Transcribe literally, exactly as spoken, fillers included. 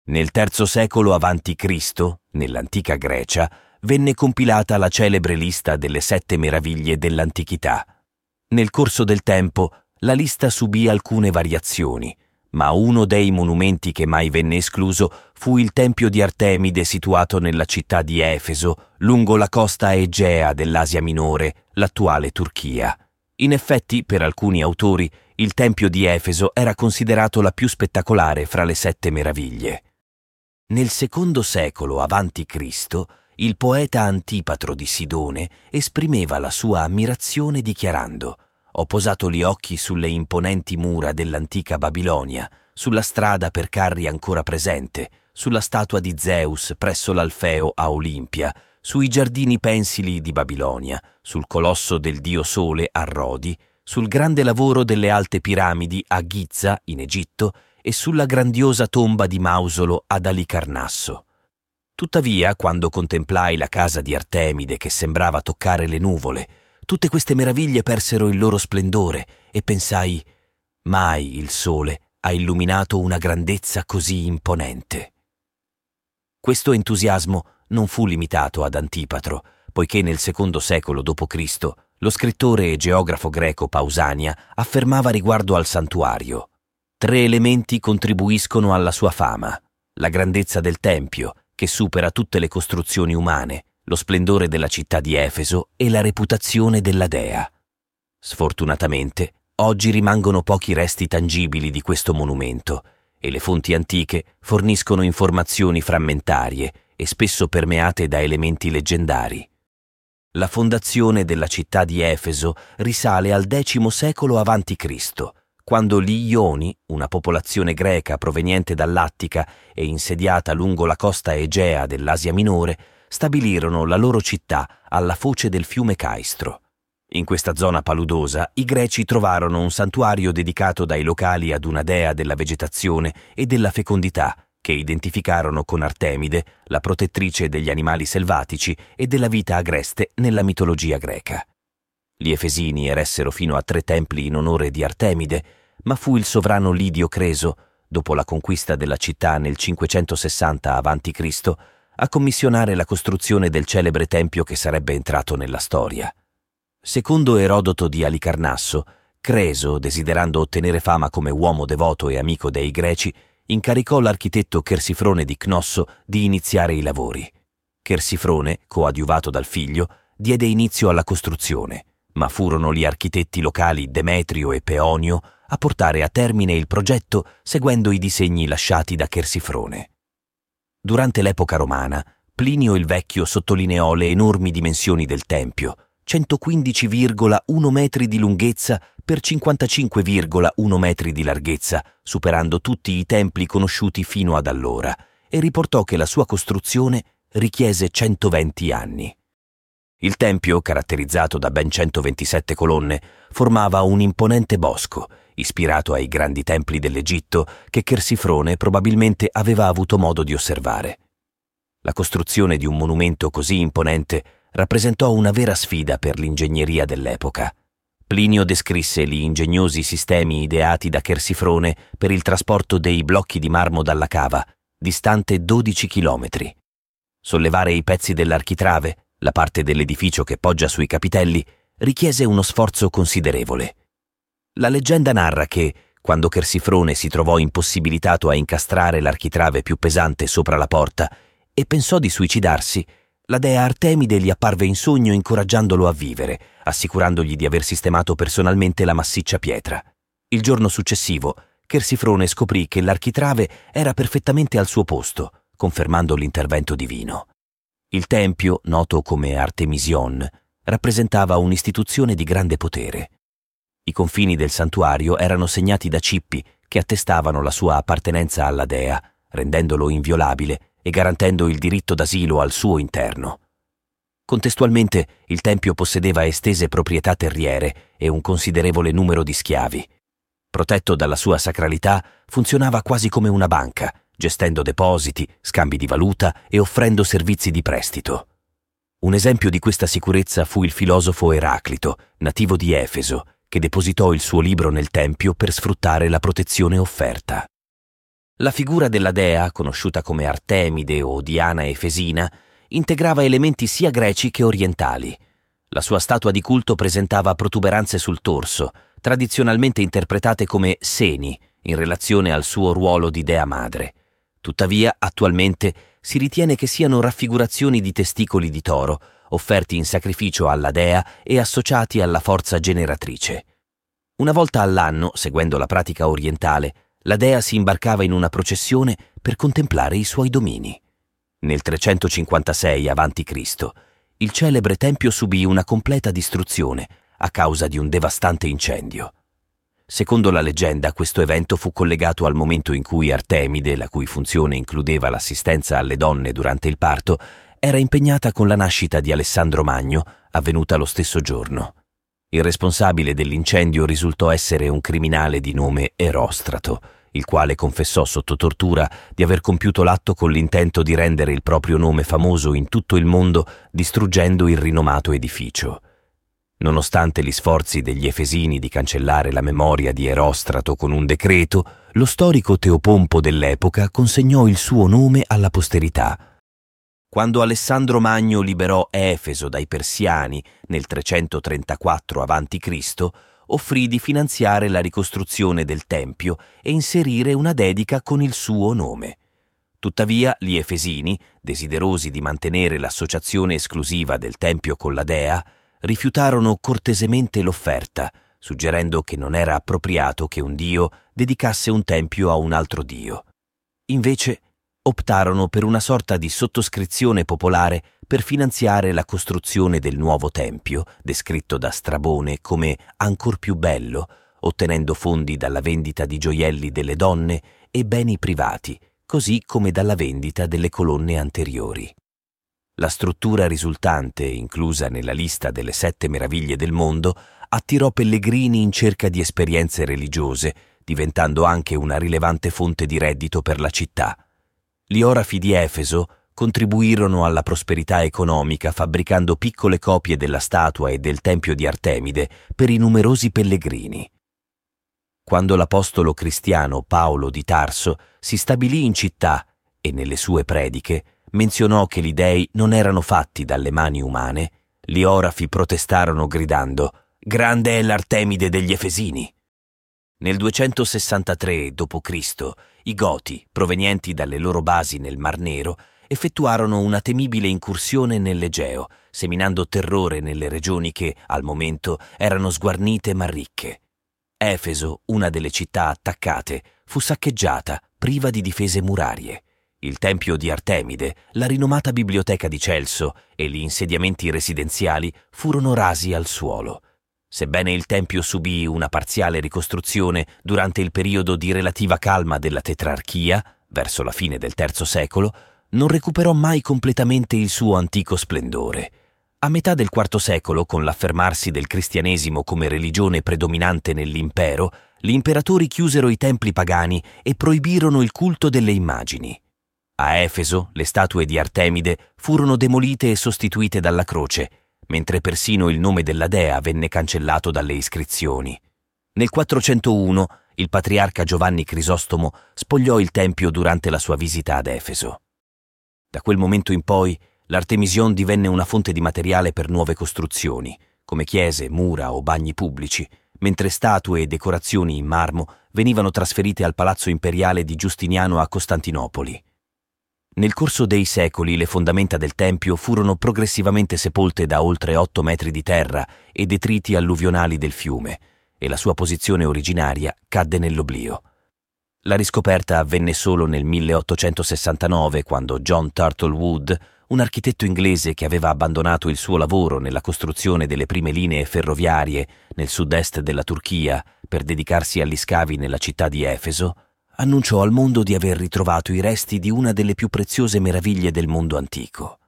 Nel terzo secolo avanti Cristo, nell'antica Grecia, venne compilata la celebre lista delle sette meraviglie dell'antichità. Nel corso del tempo la lista subì alcune variazioni, ma uno dei monumenti che mai venne escluso fu il Tempio di Artemide situato nella città di Efeso, lungo la costa egea dell'Asia Minore, l'attuale Turchia. In effetti, per alcuni autori, il Tempio di Efeso era considerato la più spettacolare fra le sette meraviglie. Nel secondo secolo avanti Cristo, il poeta Antipatro di Sidone esprimeva la sua ammirazione dichiarando: «Ho posato gli occhi sulle imponenti mura dell'antica Babilonia, sulla strada per carri ancora presente, sulla statua di Zeus presso l'Alfeo a Olimpia, sui giardini pensili di Babilonia, sul colosso del dio Sole a Rodi, sul grande lavoro delle alte piramidi a Giza, in Egitto, e sulla grandiosa tomba di Mausolo ad Alicarnasso. Tuttavia, quando contemplai la casa di Artemide che sembrava toccare le nuvole, tutte queste meraviglie persero il loro splendore e pensai: mai il sole ha illuminato una grandezza così imponente». Questo entusiasmo non fu limitato ad Antipatro, poiché nel secondo secolo dopo Cristo lo scrittore e geografo greco Pausania affermava riguardo al santuario: «Tre elementi contribuiscono alla sua fama: la grandezza del tempio, che supera tutte le costruzioni umane, lo splendore della città di Efeso e la reputazione della dea». Sfortunatamente, oggi rimangono pochi resti tangibili di questo monumento e le fonti antiche forniscono informazioni frammentarie e spesso permeate da elementi leggendari. La fondazione della città di Efeso risale al decimo secolo avanti Cristo, quando gli Ioni, una popolazione greca proveniente dall'Attica e insediata lungo la costa egea dell'Asia Minore, stabilirono la loro città alla foce del fiume Caistro. In questa zona paludosa i greci trovarono un santuario dedicato dai locali ad una dea della vegetazione e della fecondità, che identificarono con Artemide, la protettrice degli animali selvatici e della vita agreste nella mitologia greca. Gli Efesini eressero fino a tre templi in onore di Artemide, ma fu il sovrano Lidio Creso, dopo la conquista della città nel cinquecentosessanta avanti Cristo, a commissionare la costruzione del celebre tempio che sarebbe entrato nella storia. Secondo Erodoto di Alicarnasso, Creso, desiderando ottenere fama come uomo devoto e amico dei greci, incaricò l'architetto Chersifrone di Cnosso di iniziare i lavori. Chersifrone, coadiuvato dal figlio, diede inizio alla costruzione, ma furono gli architetti locali Demetrio e Peonio a portare a termine il progetto seguendo i disegni lasciati da Chersifrone. Durante l'epoca romana, Plinio il Vecchio sottolineò le enormi dimensioni del tempio, centoquindici virgola uno metri di lunghezza per cinquantacinque virgola uno metri di larghezza, superando tutti i templi conosciuti fino ad allora, e riportò che la sua costruzione richiese centoventi anni. Il tempio, caratterizzato da ben centoventisette colonne, formava un imponente bosco, ispirato ai grandi templi dell'Egitto che Chersifrone probabilmente aveva avuto modo di osservare. La costruzione di un monumento così imponente rappresentò una vera sfida per l'ingegneria dell'epoca. Plinio descrisse gli ingegnosi sistemi ideati da Chersifrone per il trasporto dei blocchi di marmo dalla cava, distante dodici chilometri. Sollevare i pezzi dell'architrave, la parte dell'edificio che poggia sui capitelli, richiese uno sforzo considerevole. La leggenda narra che, quando Chersifrone si trovò impossibilitato a incastrare l'architrave più pesante sopra la porta e pensò di suicidarsi, la dea Artemide gli apparve in sogno incoraggiandolo a vivere, assicurandogli di aver sistemato personalmente la massiccia pietra. Il giorno successivo, Chersifrone scoprì che l'architrave era perfettamente al suo posto, confermando l'intervento divino. Il tempio, noto come Artemision, rappresentava un'istituzione di grande potere. I confini del santuario erano segnati da cippi che attestavano la sua appartenenza alla dea, rendendolo inviolabile e garantendo il diritto d'asilo al suo interno. Contestualmente, il tempio possedeva estese proprietà terriere e un considerevole numero di schiavi. Protetto dalla sua sacralità, funzionava quasi come una banca, gestendo depositi, scambi di valuta e offrendo servizi di prestito. Un esempio di questa sicurezza fu il filosofo Eraclito, nativo di Efeso, che depositò il suo libro nel tempio per sfruttare la protezione offerta. La figura della dea, conosciuta come Artemide o Diana Efesina, integrava elementi sia greci che orientali. La sua statua di culto presentava protuberanze sul torso, tradizionalmente interpretate come seni, in relazione al suo ruolo di dea madre. Tuttavia, attualmente si ritiene che siano raffigurazioni di testicoli di toro, offerti in sacrificio alla dea e associati alla forza generatrice. Una volta all'anno, seguendo la pratica orientale, la dea si imbarcava in una processione per contemplare i suoi domini. Nel trecentocinquantasei avanti Cristo, il celebre tempio subì una completa distruzione a causa di un devastante incendio. Secondo la leggenda, questo evento fu collegato al momento in cui Artemide, la cui funzione includeva l'assistenza alle donne durante il parto, era impegnata con la nascita di Alessandro Magno, avvenuta lo stesso giorno. Il responsabile dell'incendio risultò essere un criminale di nome Erostrato, il quale confessò sotto tortura di aver compiuto l'atto con l'intento di rendere il proprio nome famoso in tutto il mondo distruggendo il rinomato edificio. Nonostante gli sforzi degli Efesini di cancellare la memoria di Erostrato con un decreto, lo storico Teopompo dell'epoca consegnò il suo nome alla posterità. Quando Alessandro Magno liberò Efeso dai Persiani nel trecentotrentaquattro avanti Cristo, offrì di finanziare la ricostruzione del tempio e inserire una dedica con il suo nome. Tuttavia, gli Efesini, desiderosi di mantenere l'associazione esclusiva del tempio con la dea, rifiutarono cortesemente l'offerta, suggerendo che non era appropriato che un dio dedicasse un tempio a un altro dio. Invece, optarono per una sorta di sottoscrizione popolare per finanziare la costruzione del nuovo tempio, descritto da Strabone come ancor più bello, ottenendo fondi dalla vendita di gioielli delle donne e beni privati, così come dalla vendita delle colonne anteriori. La struttura risultante, inclusa nella lista delle sette meraviglie del mondo, attirò pellegrini in cerca di esperienze religiose, diventando anche una rilevante fonte di reddito per la città. Gli orafi di Efeso contribuirono alla prosperità economica fabbricando piccole copie della statua e del tempio di Artemide per i numerosi pellegrini. Quando l'apostolo cristiano Paolo di Tarso si stabilì in città e nelle sue prediche menzionò che gli dei non erano fatti dalle mani umane, gli orafi protestarono gridando «Grande è l'Artemide degli Efesini!». Nel duecentosessantatré dopo Cristo i Goti, provenienti dalle loro basi nel Mar Nero, effettuarono una temibile incursione nell'Egeo, seminando terrore nelle regioni che, al momento, erano sguarnite ma ricche. Efeso, una delle città attaccate, fu saccheggiata, priva di difese murarie. Il tempio di Artemide, la rinomata biblioteca di Celso e gli insediamenti residenziali furono rasi al suolo. Sebbene il tempio subì una parziale ricostruzione durante il periodo di relativa calma della Tetrarchia, verso la fine del terzo secolo, non recuperò mai completamente il suo antico splendore. A metà del quarto secolo, con l'affermarsi del cristianesimo come religione predominante nell'impero, gli imperatori chiusero i templi pagani e proibirono il culto delle immagini. A Efeso, le statue di Artemide furono demolite e sostituite dalla croce, mentre persino il nome della dea venne cancellato dalle iscrizioni. Nel quattrocentouno, il patriarca Giovanni Crisostomo spogliò il tempio durante la sua visita ad Efeso. Da quel momento in poi, l'Artemision divenne una fonte di materiale per nuove costruzioni, come chiese, mura o bagni pubblici, mentre statue e decorazioni in marmo venivano trasferite al Palazzo Imperiale di Giustiniano a Costantinopoli. Nel corso dei secoli le fondamenta del tempio furono progressivamente sepolte da oltre otto metri di terra e detriti alluvionali del fiume, e la sua posizione originaria cadde nell'oblio. La riscoperta avvenne solo nel milleottocentosessantanove, quando John Turtle Wood, un architetto inglese che aveva abbandonato il suo lavoro nella costruzione delle prime linee ferroviarie nel sud-est della Turchia per dedicarsi agli scavi nella città di Efeso, annunciò al mondo di aver ritrovato i resti di una delle più preziose meraviglie del mondo antico.